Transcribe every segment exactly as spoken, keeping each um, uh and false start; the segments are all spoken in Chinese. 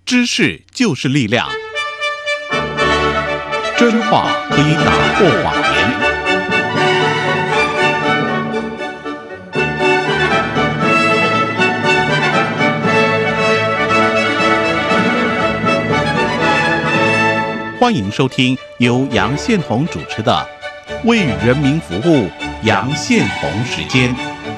知识就是力量，真话可以打破谎言。欢迎收听由杨宪宏主持的《为人民服务》杨宪宏时间。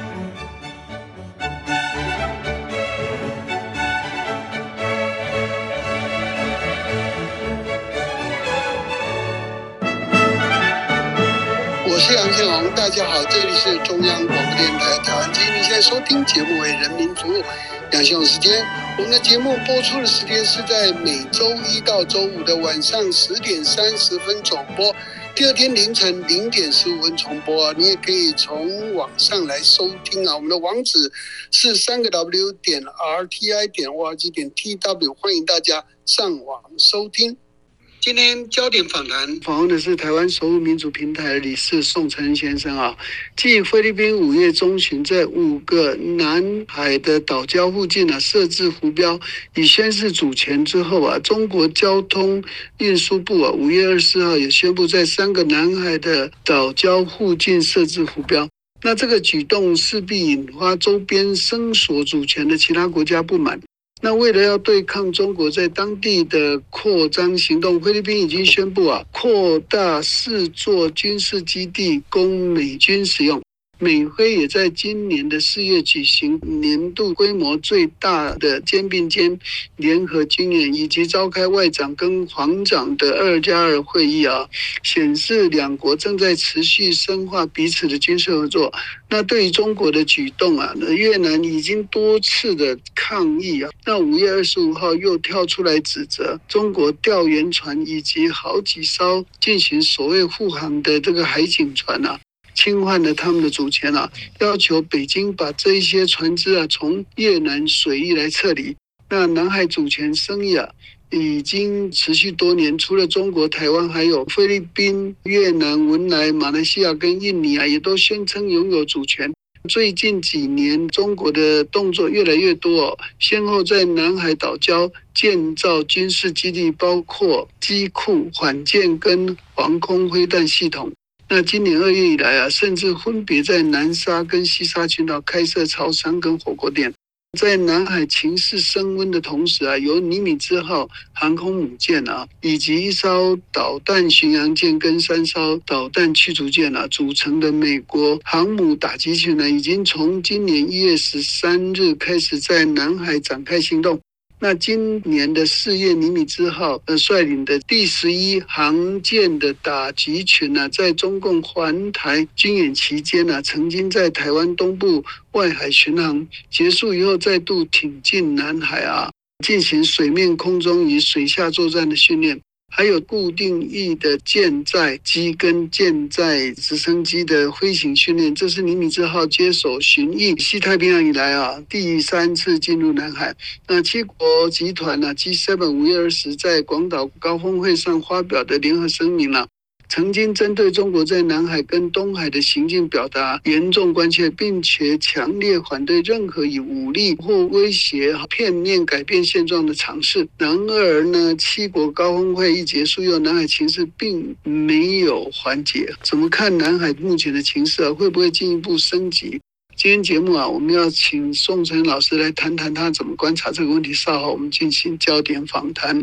我是杨宪宏，大家好，这里是中央广播电台台湾之音，你现在收听节目《为人民服务》杨宪宏时间。我们的节目播出的时间是在每周一到周五的晚上十点三十分首播，第二天凌晨零点十五分重播。你也可以从网上来收听啊，我们的网址是三个 W 点 R T I 点 O R G 点 T W， 欢迎大家上网收听。今天焦点访谈访问的是台湾守护民主平台的理事宋承恩先生啊。继菲律宾五月中旬在五个南海的岛礁附近啊设置浮标，以宣示主权之后啊，中国交通运输部啊五月二十四号也宣布在三个南海的岛礁附近设置浮标。那这个举动势必引发周边声索主权的其他国家不满。那为了要对抗中国在当地的扩张行动，菲律宾已经宣布啊，扩大四座军事基地供美军使用。美菲也在今年的四月举行年度规模最大的肩并肩联合军演，以及召开外长跟防长的二加二会议啊，显示两国正在持续深化彼此的军事合作。那对于中国的举动啊，越南已经多次的抗议啊，那五月二十五号又跳出来指责中国钓鱼船以及好几艘进行所谓护航的这个海警船啊，侵犯了他们的主权啊，要求北京把这一些船只啊从越南水域来撤离。那南海主权争议啊已经持续多年，除了中国、台湾，还有菲律宾、越南、文莱、马来西亚跟印尼啊，也都宣称拥有主权。最近几年，中国的动作越来越多哦，先后在南海岛礁建造军事基地，包括机库、反舰跟防空飞弹系统。那今年二月以来啊，甚至分别在南沙跟西沙群岛开设超商跟火锅店。在南海情势升温的同时啊，由尼米兹号航空母舰啊，以及一艘导弹巡洋舰跟三艘导弹驱逐舰啊组成的美国航母打击群呢，已经从今年一月十三日开始在南海展开行动。那今年的四月，尼米兹号呃率领的第十一航舰的打击群呢、啊，在中共环台军演期间呢、啊，曾经在台湾东部外海巡航，结束以后再度挺进南海啊，进行水面、空中与水下作战的训练。还有固定翼的舰载机跟舰载直升机的飞行训练，这是尼米兹号接手巡弋西太平洋以来啊第三次进入南海。那七国集团呢、啊、G 七 五月二十在广岛高峰会上发表的联合声明啊，曾经针对中国在南海跟东海的行径表达严重关切，并且强烈反对任何以武力或威胁片面改变现状的尝试。然而呢，七国高峰会一结束后，南海情势并没有缓解。怎么看南海目前的情势啊？会不会进一步升级？今天节目啊，我们要请宋承恩老师来谈谈他怎么观察这个问题。稍后我们进行焦点访谈。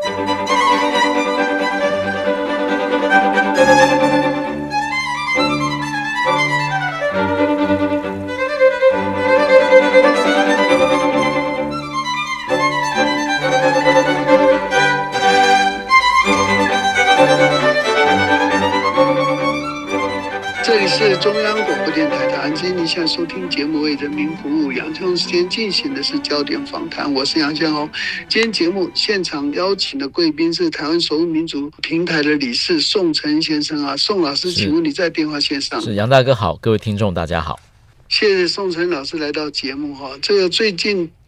这里是中央广播电台台湾之音，你现在收听节目为人民服务。杨宪宏时间进行的是焦点访谈，我是杨宪宏。今天节目现场邀请的贵宾是台湾守护民主平台的理事宋承恩先生啊，宋老师，请问你在电话线上？ 是杨大哥好，各位听众大家好。 谢谢宋承恩老师来到节目哈。这个最近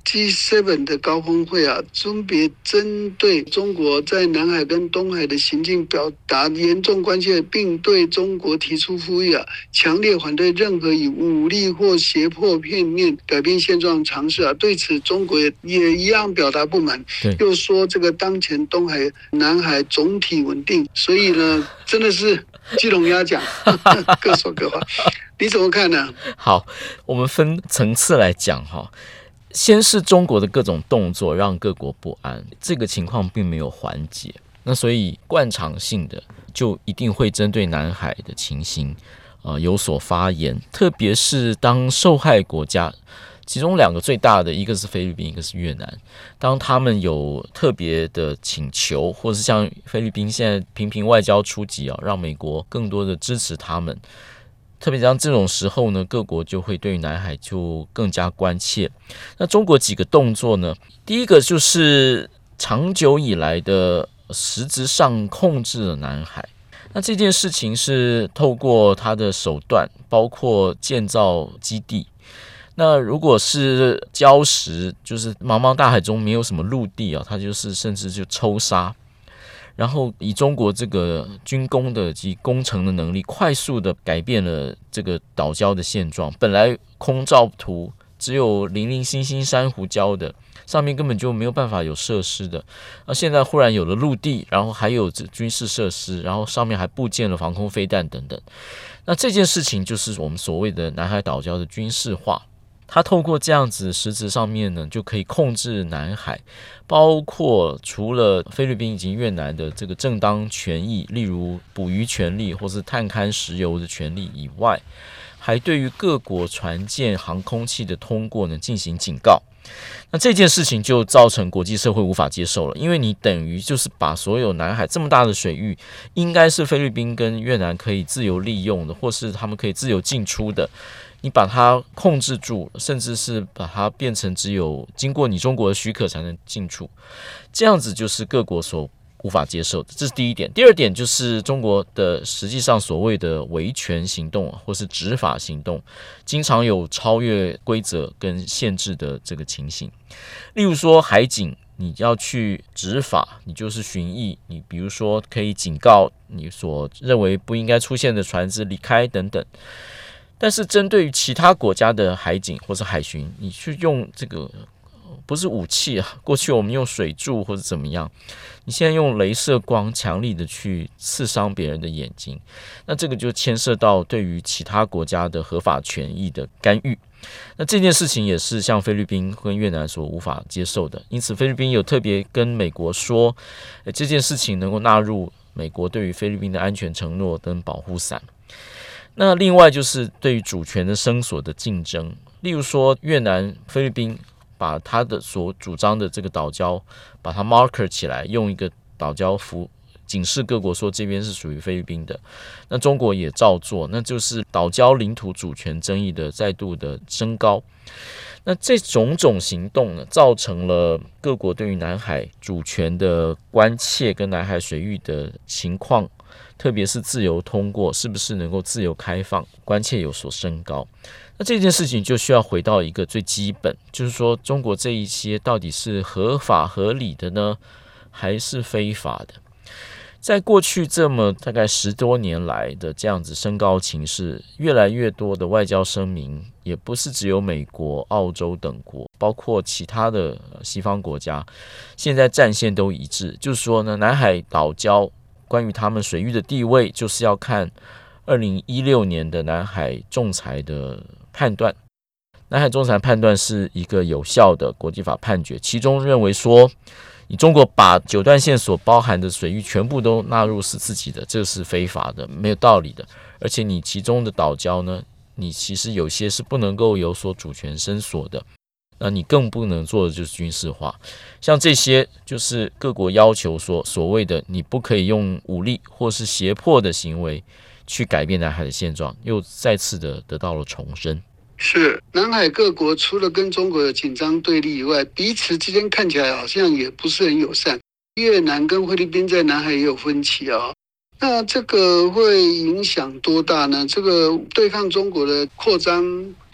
G 七 的高峰会啊，分别针对中国在南海跟东海的行径表达严重关切，并对中国提出呼吁啊，强烈反对任何以武力或胁迫片面改变现状尝试啊。对此，中国也一样表达不满，又说这个当前东海、南海总体稳定，所以呢，真的是鸡同鸭讲，各说各话。你怎么看呢？ 好，我们分层次来讲哈。先是中国的各种动作让各国不安，这个情况并没有缓解，那所以惯常性的就一定会针对南海的情形、呃、有所发言，特别是当受害国家其中两个最大的，一个是菲律宾，一个是越南，当他们有特别的请求，或是像菲律宾现在频频外交出击、啊、让美国更多的支持他们，特别像这种时候呢，各国就会对于南海就更加关切。那中国几个动作呢？第一个就是长久以来的实质上控制了南海。那这件事情是透过它的手段，包括建造基地。那如果是礁石，就是茫茫大海中没有什么陆地啊，它就是甚至就抽沙。然后以中国这个军工的及工程的能力，快速的改变了这个岛礁的现状。本来空照图只有零零星星珊瑚礁的，上面根本就没有办法有设施的，而现在忽然有了陆地，然后还有军事设施，然后上面还布建了防空飞弹等等。那这件事情就是我们所谓的南海岛礁的军事化。它透过这样子实质上面呢，就可以控制南海，包括除了菲律宾以及越南的这个正当权益，例如捕鱼权利或是探勘石油的权利以外，还对于各国船舰、航空器的通过呢进行警告。那这件事情就造成国际社会无法接受了，因为你等于就是把所有南海这么大的水域，应该是菲律宾跟越南可以自由利用的，或是他们可以自由进出的，你把它控制住，甚至是把它变成只有经过你中国的许可才能进出，这样子就是各国所无法接受的，这是第一点。第二点就是中国的实际上所谓的维权行动或是执法行动，经常有超越规则跟限制的这个情形。例如说海警，你要去执法，你就是巡弋，你比如说可以警告你所认为不应该出现的船只离开等等。但是针对于其他国家的海警或是海巡，你去用这个不是武器啊，过去我们用水柱或者怎么样，你现在用雷射光强力的去刺伤别人的眼睛，那这个就牵涉到对于其他国家的合法权益的干预。那这件事情也是像菲律宾跟越南所无法接受的，因此菲律宾有特别跟美国说，这件事情能够纳入美国对于菲律宾的安全承诺跟保护伞。那另外就是对于主权的声索的竞争，例如说越南、菲律宾把他的所主张的这个岛礁把它 marker 起来，用一个岛礁符警示各国说这边是属于菲律宾的，那中国也照做，那就是岛礁领土主权争议的再度的升高。那这种种行动呢，造成了各国对于南海主权的关切跟南海水域的情况，特别是自由通过是不是能够自由开放，关切有所升高。那这件事情就需要回到一个最基本，就是说中国这一些到底是合法合理的呢，还是非法的？在过去这么大概十多年来的这样子升高情势，越来越多的外交声明，也不是只有美国、澳洲等国，包括其他的西方国家，现在战线都一致，就是说呢，南海岛礁关于他们水域的地位，就是要看二零一六年的南海仲裁的判断。南海仲裁判断是一个有效的国际法判决，其中认为说，你中国把九段线所包含的水域全部都纳入是自己的，这是非法的，没有道理的。而且你其中的岛礁呢，你其实有些是不能够有所主权伸索的，那你更不能做的就是军事化。像这些就是各国要求说，所谓的你不可以用武力或是胁迫的行为去改变南海的现状，又再次的得到了重申。 是南海各国除了跟中国有紧张对立以外，彼此之间看起来好像也不是很友善。越南跟菲律宾在南海也有分歧啊、哦，那这个会影响多大呢？这个对抗中国的扩张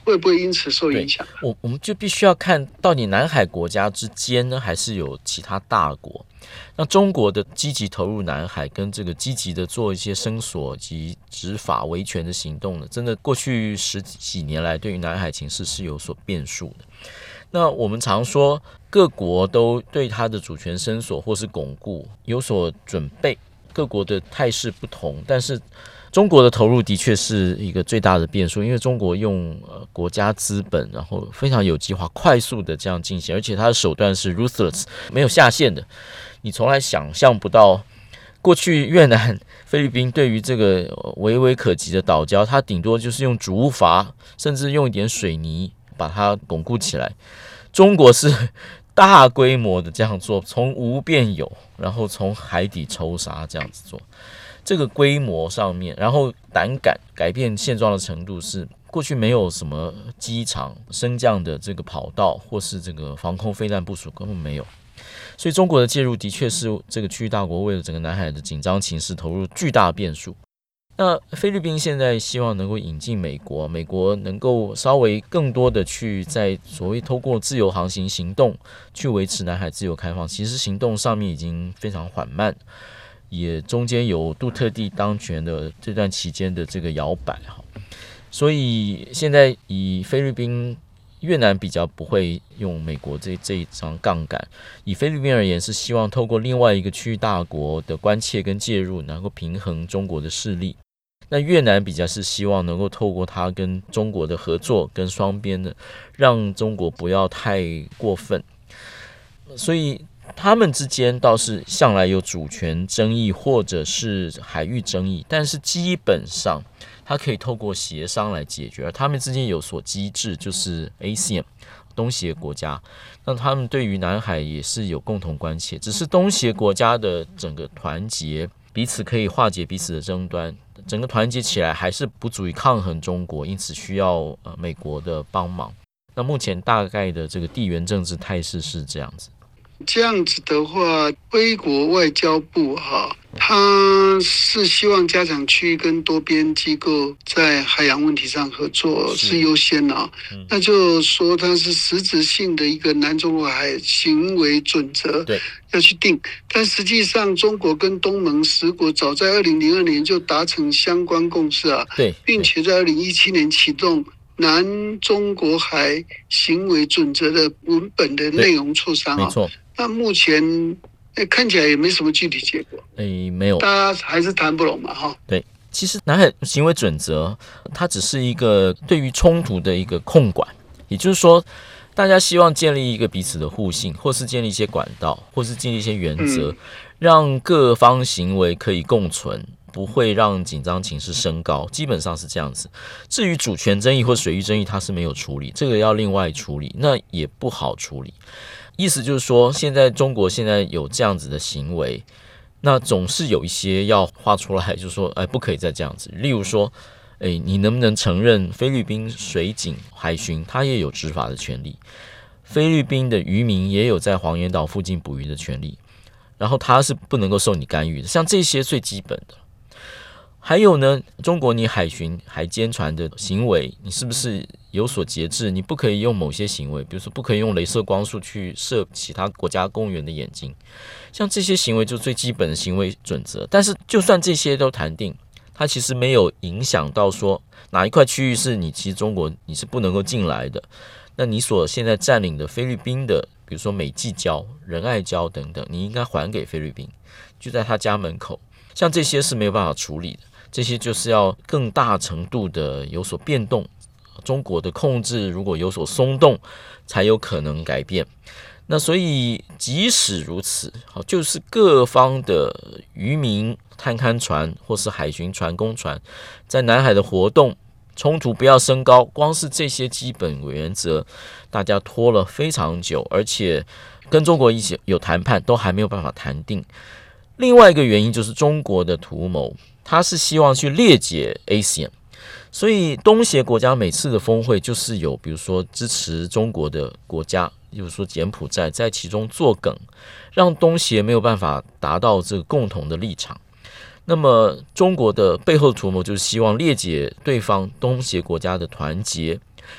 会不会因此受影响？ 我我们就必须要看到底南海国家之间呢，还是有其他大国。那中国的积极投入南海，跟这个积极的做一些声索及执法维权的行动呢，真的过去十几年来，对于南海情势是有所变数的。那我们常说，各国都对它的主权声索或是巩固有所准备，各国的态势不同，但是中国的投入的确是一个最大的变数，因为中国用、呃、国家资本，然后非常有计划、快速的这样进行，而且它的手段是 ruthless， 没有下限的。你从来想象不到，过去越南、菲律宾对于这个微微可及的岛礁，它顶多就是用竹筏，甚至用一点水泥把它巩固起来。中国是大规模的这样做，从无变有，然后从海底抽沙这样子做。这个规模上面，然后胆敢改变现状的程度是过去没有什么机场升降的这个跑道，或是这个防空飞弹部署根本没有。所以中国的介入的确是这个区域大国为了整个南海的紧张情势投入巨大变数。那菲律宾现在希望能够引进美国，美国能够稍微更多的去在所谓透过自由航行行动去维持南海自由开放，其实行动上面已经非常缓慢，也中间有杜特地当权的这段期间的这个摇摆，所以现在以菲律宾、越南比较不会用美国 这, 这一张杠杆，以菲律宾而言是希望透过另外一个区域大国的关切跟介入，能够平衡中国的势力。那越南比较是希望能够透过它跟中国的合作跟双边的，让中国不要太过分。所以他们之间倒是向来有主权争议或者是海域争议，但是基本上它可以透过协商来解决，而他们之间有所机制，就是 A S E A N 东协国家，那他们对于南海也是有共同关切，只是东协国家的整个团结，彼此可以化解彼此的争端，整个团结起来还是不足以抗衡中国，因此需要、呃、美国的帮忙。那目前大概的这个地缘政治态势是这样子。 这样子的话，归国外交部哈，他是希望加强区域跟多边机构在海洋问题上合作是优先啊、嗯，那就说它是实质性的一个南中国海行为准则，对，要去定。但实际上，中国跟东盟十国早在二零零二年就达成相关共识啊，对，并且在二零一七年启动南中国海行为准则的文本的内容磋商啊，没错。那目前、欸、看起来也没什么具体结果，欸、没有，大家还是谈不拢嘛，哈。对， 其实南海行为准则它只是一个对于冲突的一个控管，也就是说，大家希望建立一个彼此的互信，或是建立一些管道，或是建立一些原则、嗯，让各方行为可以共存，不会让紧张情势升高，基本上是这样子。至于主权争议或水域争议，它是没有处理，这个要另外处理，那也不好处理。意思就是说，现在中国现在有这样子的行为，那总是有一些要画出来，就是说，哎，不可以再这样子。例如说，哎，你能不能承认菲律宾水警海巡它也有执法的权利？菲律宾的渔民也有在黄岩岛附近捕鱼的权利，然后它是不能够受你干预的。像这些最基本的。还有呢，中国你海巡海监船的行为，你是不是有所节制？你不可以用某些行为，比如说不可以用雷射光束去射其他国家公园的眼睛，像这些行为就最基本的行为准则。但是就算这些都谈定，它其实没有影响到说哪一块区域是你其实中国你是不能够进来的。那你所现在占领的菲律宾的，比如说美济礁、仁爱礁等等，你应该还给菲律宾，就在他家门口。像这些是没有办法处理的。这些就是要更大程度的有所变动，中国的控制如果有所松动，才有可能改变。那所以即使如此，就是各方的渔民、探勘船或是海巡船、公船在南海的活动，冲突不要升高，光是这些基本原则，大家拖了非常久，而且跟中国一起有谈判，都还没有办法谈定。另外一个原因就是中国的图谋，他是希望去裂解 A S E A N， 所以东协国家每次的峰会就是有比如说支持中国的国家，比如说柬埔寨在其中作梗，让东协没有办法达到这个共同的立场。那么中国的背后图谋就是希望裂解对方东协国家的团结，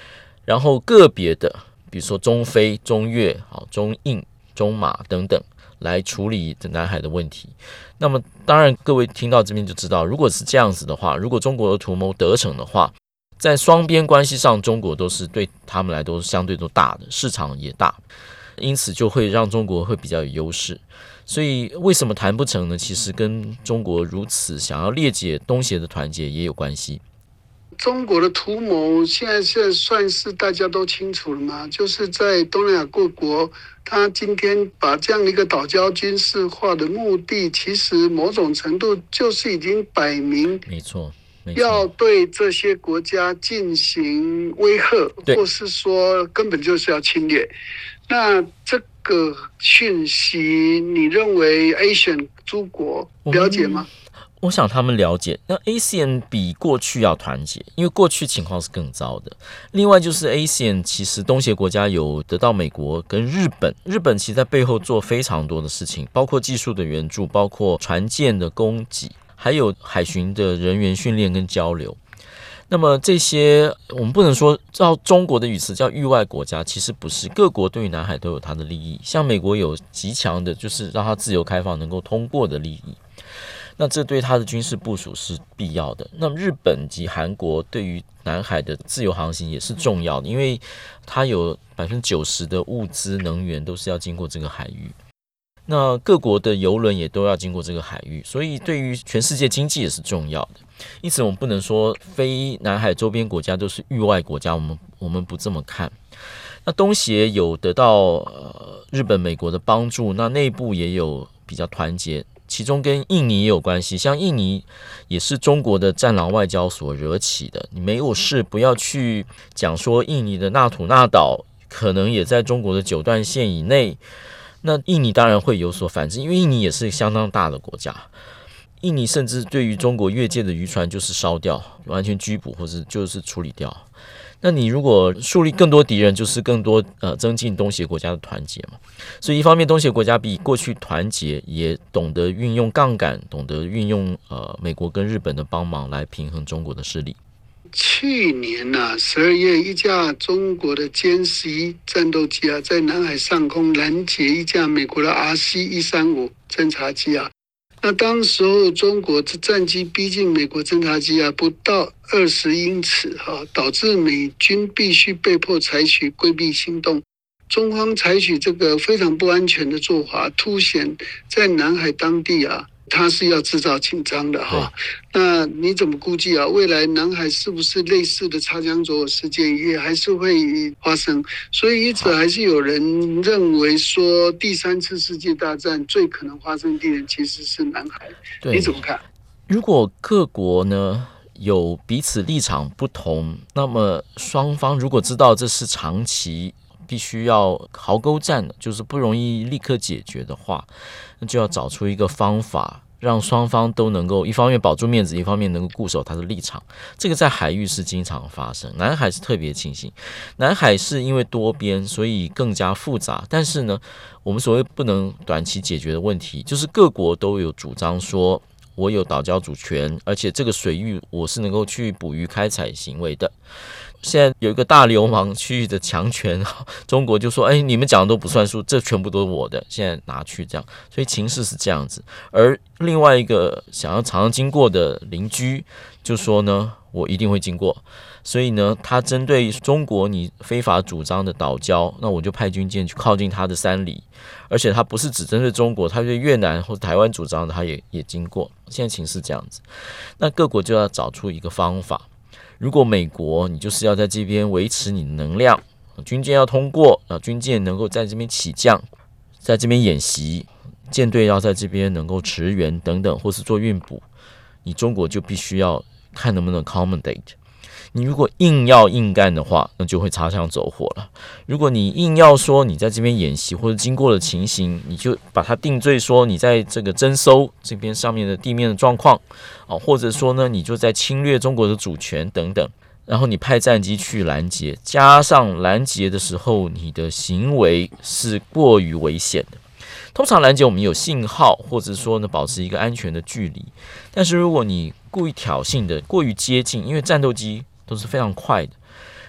然后个别的，比如说中非、中越、中印、中马等等，来处理南海的问题。那么当然各位听到这边就知道，如果是这样子的话，如果中国的图谋得逞的话，在双边关系上，中国都是对他们来都是相对都大的，市场也大，因此就会让中国会比较有优势。所以为什么谈不成呢？其实跟中国如此想要裂解东协的团结也有关系。 中国的图谋现在现在算是大家都清楚了嘛，就是在东南亚各国，他今天把这样的一个岛礁军事化的目的，其实某种程度就是已经摆明， 没错， 要对这些国家进行威吓，或是说根本就是要侵略。那这个讯息，你认为 A S E A N 诸国了解吗？ 我想他们了解。那 A S E A N 比过去要团结，因为过去情况是更糟的。另外就是 A S E A N 其实东协国家有得到美国跟日本，日本其实在背后做非常多的事情，包括技术的援助，包括船舰的供给，还有海巡的人员训练跟交流。那么这些我们不能说照中国的语词叫域外国家，其实不是，各国对于南海都有它的利益。像美国有极强的就是让它自由开放能够通过的利益，那这对它的军事部署是必要的。那么日本及韩国对于南海的自由航行也是重要的，因为它有 百分之九十 的物资能源都是要经过这个海域，那各国的邮轮也都要经过这个海域，所以对于全世界经济也是重要的。因此我们不能说非南海周边国家都是域外国家，我们我们不这么看。那东协有得到、呃、日本美国的帮助，那内部也有比较团结，其中跟印尼也有关系，像印尼也是中国的战狼外交所惹起的，你没有事不要去讲说印尼的纳土纳岛可能也在中国的九段线以内，那印尼当然会有所反制，因为印尼也是相当大的国家，印尼甚至对于中国越界的渔船就是烧掉，完全拘捕或者就是处理掉。那你如果树立更多敌人，就是更多呃增进东协国家的团结嘛。所以一方面东协国家比过去团结，也懂得运用杠杆，懂得运用呃美国跟日本的帮忙来平衡中国的势力。 去年啊十二月，一架中国的歼十一战斗机啊，在南海上空拦截一架美国的 R C 一三五侦察机啊。那当时候中国这战机逼近美国侦察机啊，不到二十英尺哈、啊，导致美军必须被迫采取规避行动。中方采取这个非常不安全的做法，凸显在南海当地啊，它是要制造紧张的哈。那你怎么估计啊？未来南海是不是类似的擦枪走火事件也还是会发生？所以一直还是有人认为说，第三次世界大战最可能发生地点其实是南海。你怎么看？ 如果各国呢有彼此立场不同，那么双方如果知道这是长期必须要壕沟战的，就是不容易立刻解决的话，那就要找出一个方法，让双方都能够一方面保住面子，一方面能够固守他的立场。这个在海域是经常发生，南海是特别情形。南海是因为多边，所以更加复杂。但是呢，我们所谓不能短期解决的问题，就是各国都有主张说，我有岛礁主权，而且这个水域我是能够去捕鱼开采行为的。现在有一个大流氓区域的强权，中国就说：“哎，你们讲的都不算数，这全部都是我的，现在拿去这样。”所以情势是这样子。而另外一个想要常常经过的邻居就说呢：“我一定会经过。”所以呢，他针对中国你非法主张的岛礁，那我就派军舰去靠近他的山里，而且他不是只针对中国，他对越南或台湾主张的，他也也经过。现在情势这样子，那各国就要找出一个方法。如果美国你就是要在这边维持你的能量，军舰要通过，军舰能够在这边起降，在这边演习，舰队要在这边能够驰援等等，或是做运补，你中国就必须要看能不能 accommodate。你如果硬要硬干的话，那就会擦枪走火了。如果你硬要说你在这边演习或者经过的情形，你就把它定罪说你在这个征收这边上面的地面的状况，或者说呢你就在侵略中国的主权等等，然后你派战机去拦截，加上拦截的时候你的行为是过于危险的。通常拦截我们有信号，或者说呢保持一个安全的距离，但是如果你故意挑衅的过于接近，因为战斗机都是非常快的，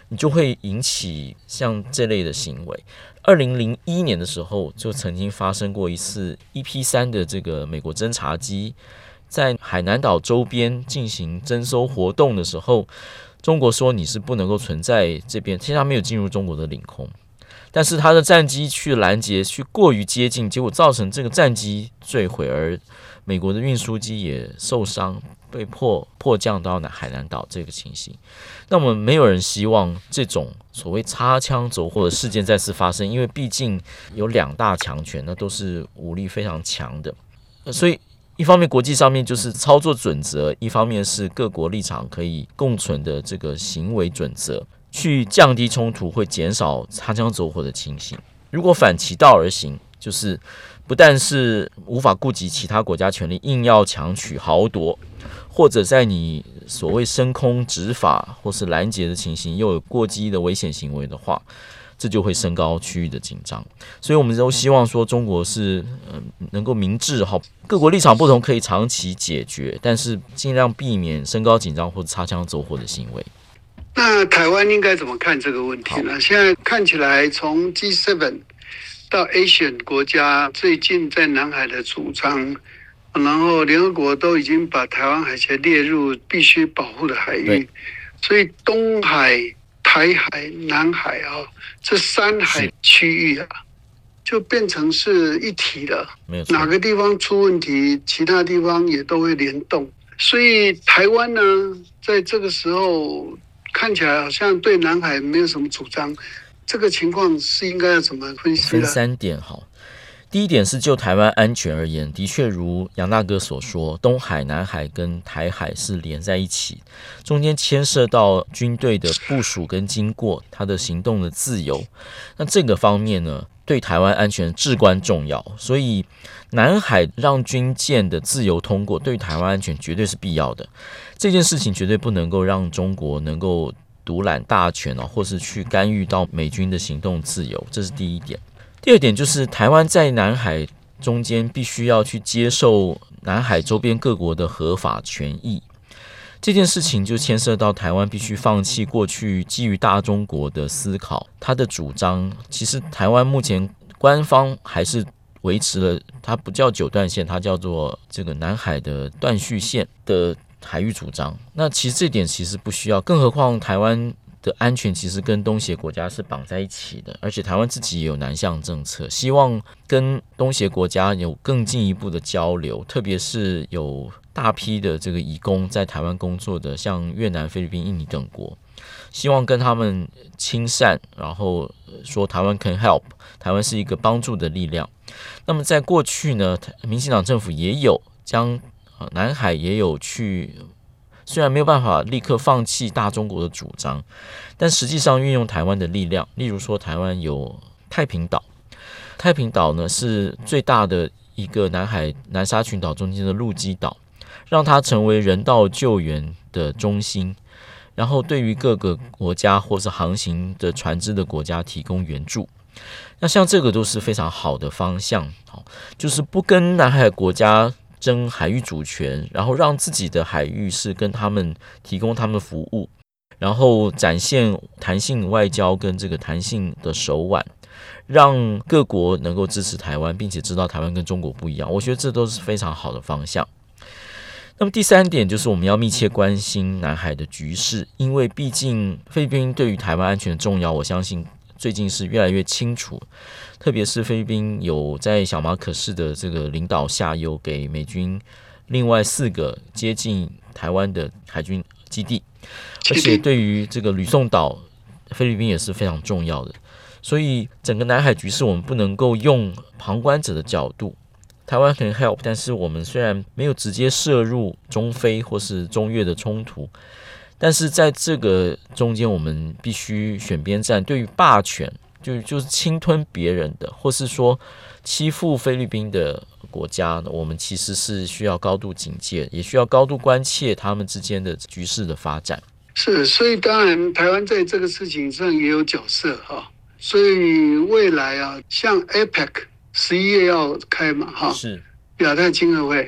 你就会引起像这类的行为。二零零一年的时候，就曾经发生过一次 E P 三 的这个美国侦察机在海南岛周边进行侦搜活动的时候，中国说你是不能够存在这边，其实他没有进入中国的领空，但是他的战机去拦截，去过于接近，结果造成这个战机坠毁，而美国的运输机也受伤，被迫迫降到海南岛这个情形。那我们没有人希望这种所谓擦枪走火的事件再次发生，因为毕竟有两大强权，那都是武力非常强的，所以一方面国际上面就是操作准则，一方面是各国立场可以共存的这个行为准则，去降低冲突，会减少擦枪走火的情形。如果反其道而行，就是不但是无法顾及其他国家权利，硬要强取豪夺，或者在你所谓升空执法或是拦截的情形又有过激的危险行为的话，这就会升高区域的紧张。所以我们都希望说中国是、呃、能够明智，各国立场不同可以长期解决，但是尽量避免升高紧张或者擦枪走火的行为。 那台湾应该怎么看这个问题呢？现在看起来从 G 七 到 Asian 国家最近在南海的主张，然后联合国都已经把台湾海峡列入必须保护的海域，所以东海、台海、南海啊，这三海区域啊，就变成是一体了。哪个地方出问题，其他地方也都会联动。所以台湾呢，在这个时候看起来好像对南海没有什么主张。这个情况是应该要怎么分析呢？ 分三点好。第一点是就台湾安全而言，的确如杨大哥所说，东海、南海跟台海是连在一起，中间牵涉到军队的部署跟经过，它的行动的自由。那这个方面呢，对台湾安全至关重要，所以南海让军舰的自由通过，对台湾安全绝对是必要的。这件事情绝对不能够让中国能够独揽大权，或是去干预到美军的行动自由，这是第一点。第二点就是台湾在南海中间必须要去接受南海周边各国的合法权益，这件事情就牵涉到台湾必须放弃过去基于大中国的思考，他的主张其实台湾目前官方还是维持了，它不叫九段线，它叫做这个南海的断续线的海域主张。那其实这点其实不需要，更何况台湾的安全其实跟东协国家是绑在一起的，而且台湾自己也有南向政策，希望跟东协国家有更进一步的交流，特别是有大批的这个移工在台湾工作的，像越南、菲律宾、印尼等国，希望跟他们亲善，然后说台湾 can help， 台湾是一个帮助的力量。那么在过去呢，民进党政府也有将南海也有去，虽然没有办法立刻放弃大中国的主张，但实际上运用台湾的力量，例如说台湾有太平岛，太平岛呢是最大的一个南海南沙群岛中间的陆基岛，让它成为人道救援的中心，然后对于各个国家或是航行的船只的国家提供援助。那像这个都是非常好的方向，就是不跟南海国家争海域主权，然后让自己的海域是跟他们提供他们的服务，然后展现弹性外交跟这个弹性的手腕，让各国能够支持台湾，并且知道台湾跟中国不一样。我觉得这都是非常好的方向。那么第三点就是我们要密切关心南海的局势，因为毕竟菲律宾对于台湾安全的重要，我相信最近是越来越清楚，特别是菲律宾有在小马可仕的这个领导下，有给美军另外四个接近台湾的海军基地，而且对于这个吕宋岛，菲律宾也是非常重要的。所以整个南海局势，我们不能够用旁观者的角度，台湾可能 help， 但是我们虽然没有直接涉入中非或是中越的冲突，但是在这个中间，我们必须选边站。对于霸权，就就是侵吞别人的，或是说欺负菲律宾的国家，我们其实是需要高度警戒，也需要高度关切他们之间的局势的发展。 是，所以当然台湾在这个事情上也有角色哈。所以未来啊，像 A P E C 十一月要开嘛哈， 是亚太经合会，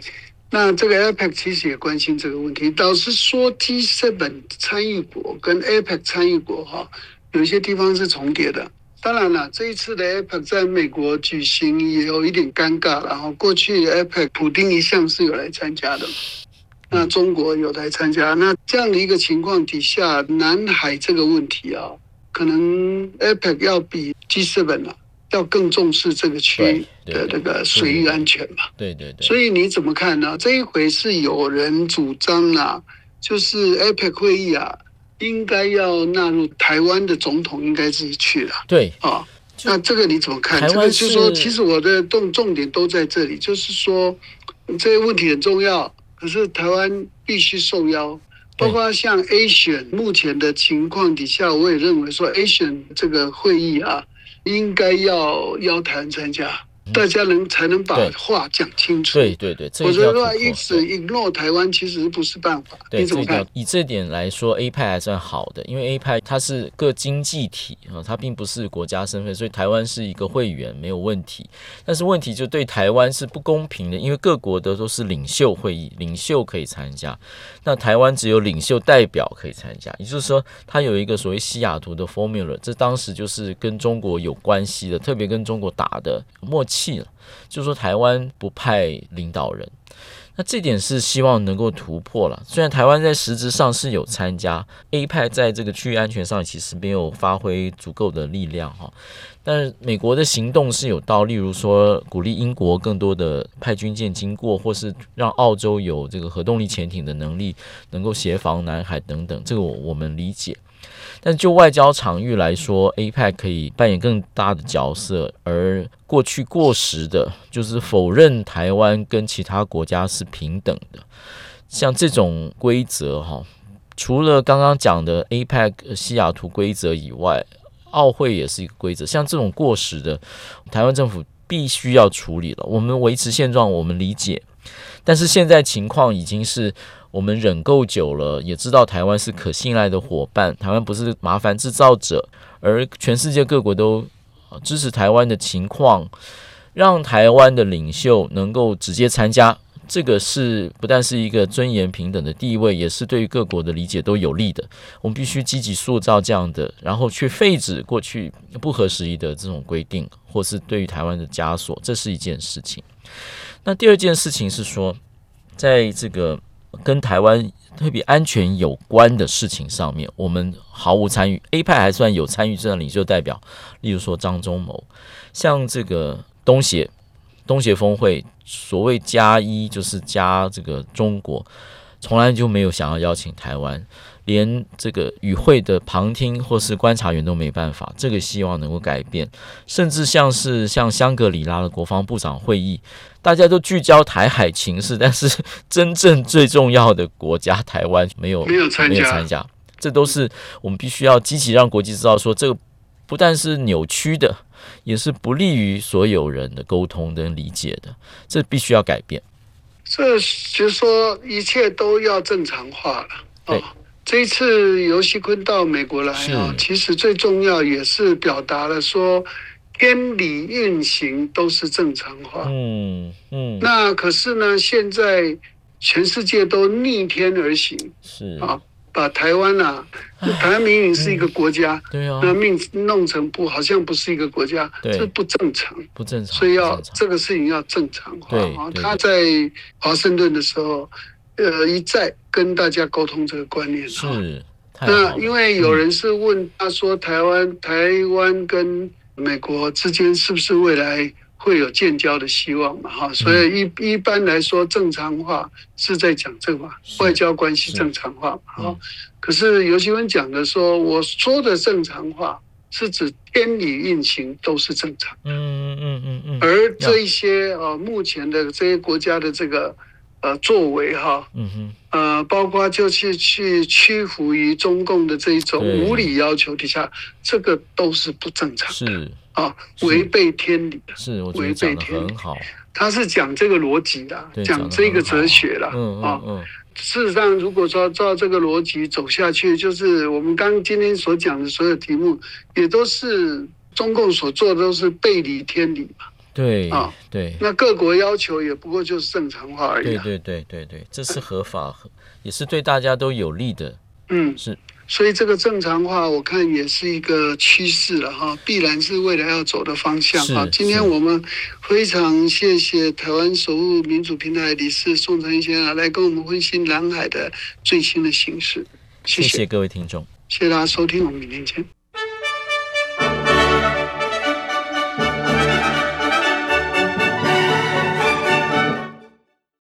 那这个 A P E C 其实也关心这个问题。老实说 G 七 参与国跟 A P E C 参与国哈，有一些地方是重叠的。当然了，这一次的 A P E C 在美国举行也有一点尴尬，然后过去 A P E C 普丁一向是有来参加的，那中国有来参加，那这样的一个情况底下，南海这个问题啊，可能 A P E C 要比 G 七 啊要更重视这个区域的这个水域安全嘛。 对对 对, 对。 所以你怎么看呢？这一回是有人主张啊，就是 A P E C 会议啊，应该要纳入台湾的总统应该自己去了。 对啊，那这个你怎么看？这个就是说，其实我的重重点都在这里，就是说这个问题很重要，可是台湾必须受邀。包括像 ASEAN 目前的情况底下，我也认为说 ASEAN 这个会议啊，应该要邀台湾参加。大家能才能把话讲清楚。 对对对， 我觉得一直 ignore 台湾其实不是办法。 对， 你怎么看？ 以这点来说 ，A P E C 还算好的，因为 A P E C 它是各经济体啊，它并不是国家身份，所以台湾是一个会员没有问题。但是问题就对台湾是不公平的，因为各国的都是领袖会议，领袖可以参加，那台湾只有领袖代表可以参加，也就是说，它有一个所谓西雅图的 formula， 这当时就是跟中国有关系的，特别跟中国打的默契。了，就是说台湾不派领导人，那这点是希望能够突破了。虽然台湾在实质上是有参加 A P E C 在这个区域安全上其实没有发挥足够的力量哈，但是美国的行动是有道，例如说鼓励英国更多的派军舰经过，或是让澳洲有这个核动力潜艇的能力，能够协防南海等等，这个我我们理解。但就外交场域来说 A P E C 可以扮演更大的角色，而过去过时的就是否认台湾跟其他国家是平等的，像这种规则除了刚刚讲的 A P E C 西雅图规则以外，奥会也是一个规则，像这种过时的台湾政府必须要处理了。我们维持现状我们理解，但是现在情况已经是我们忍够久了，也知道台湾是可信赖的伙伴，台湾不是麻烦制造者，而全世界各国都支持台湾的情况，让台湾的领袖能够直接参加，这个是不但是一个尊严平等的地位，也是对于各国的理解都有利的。我们必须积极塑造这样的，然后去废止过去不合时宜的这种规定，或是对于台湾的枷锁，这是一件事情。那第二件事情是说，在这个跟台湾特别安全有关的事情上面，我们毫无参与。A P E C 还算有参与这样领袖代表，例如说张忠谋，像这个东协东协峰会，所谓加一就是加这个中国，从来就没有想要邀请台湾，连这个与会的旁听或是观察员都没办法，这个希望能够改变。甚至像是像香格里拉的国防部长会议，大家都聚焦台海情势，但是真正最重要的国家台湾没有没有参加， 没有参加，这都是我们必须要积极让国际知道说，这个不但是扭曲的，也是不利于所有人的沟通跟理解的，这必须要改变。 这就是说一切都要正常化了。 对。 这一次尤锡坤到美国来啊，其实最重要也是表达了说天理运行都是正常化。嗯嗯。那可是呢，现在全世界都逆天而行，是啊，把台湾啊，台湾明明是一个国家，嗯、对啊，那命弄成不好像不是一个国家，这不正常，不正常，所以要这个事情要正常化。对对对，他在华盛顿的时候。呃，一再跟大家沟通这个观念。是，那因为有人是问他说，台湾、台湾跟美国之间是不是未来会有建交的希望嘛？哈，所以一一般来说，正常化是在讲这个嘛，外交关系正常化嘛。哈，可是尤锡坤讲的说，我说的正常化是指天理运行都是正常。嗯嗯嗯嗯。而这一些呃，目前的这些国家的这个。呃，作为哈，嗯哼，呃，包括就去去屈服于中共的这一种无理要求底下，这个都是不正常的，是啊，违背天理的，是我觉得讲得很好。他是讲这个逻辑啦，讲这个哲学啦，嗯嗯嗯。事实上，如果说照这个逻辑走下去，就是我们刚刚今天所讲的所有题目，也都是中共所做的都是背离天理嘛。 对啊， 对， 那各国要求也不过就是正常化而已、啊。 对对对对对，这是合法，也是对大家都有利的。 嗯， 是。 所以这个正常化，我看也是一个趋势了哈，必然是未来要走的方向哈。今天我们非常谢谢台湾守护民主平台理事宋承毅先生来跟我们分析蓝海的最新的形势，谢谢， 谢谢各位听众， 谢谢大家收听，我们明天见。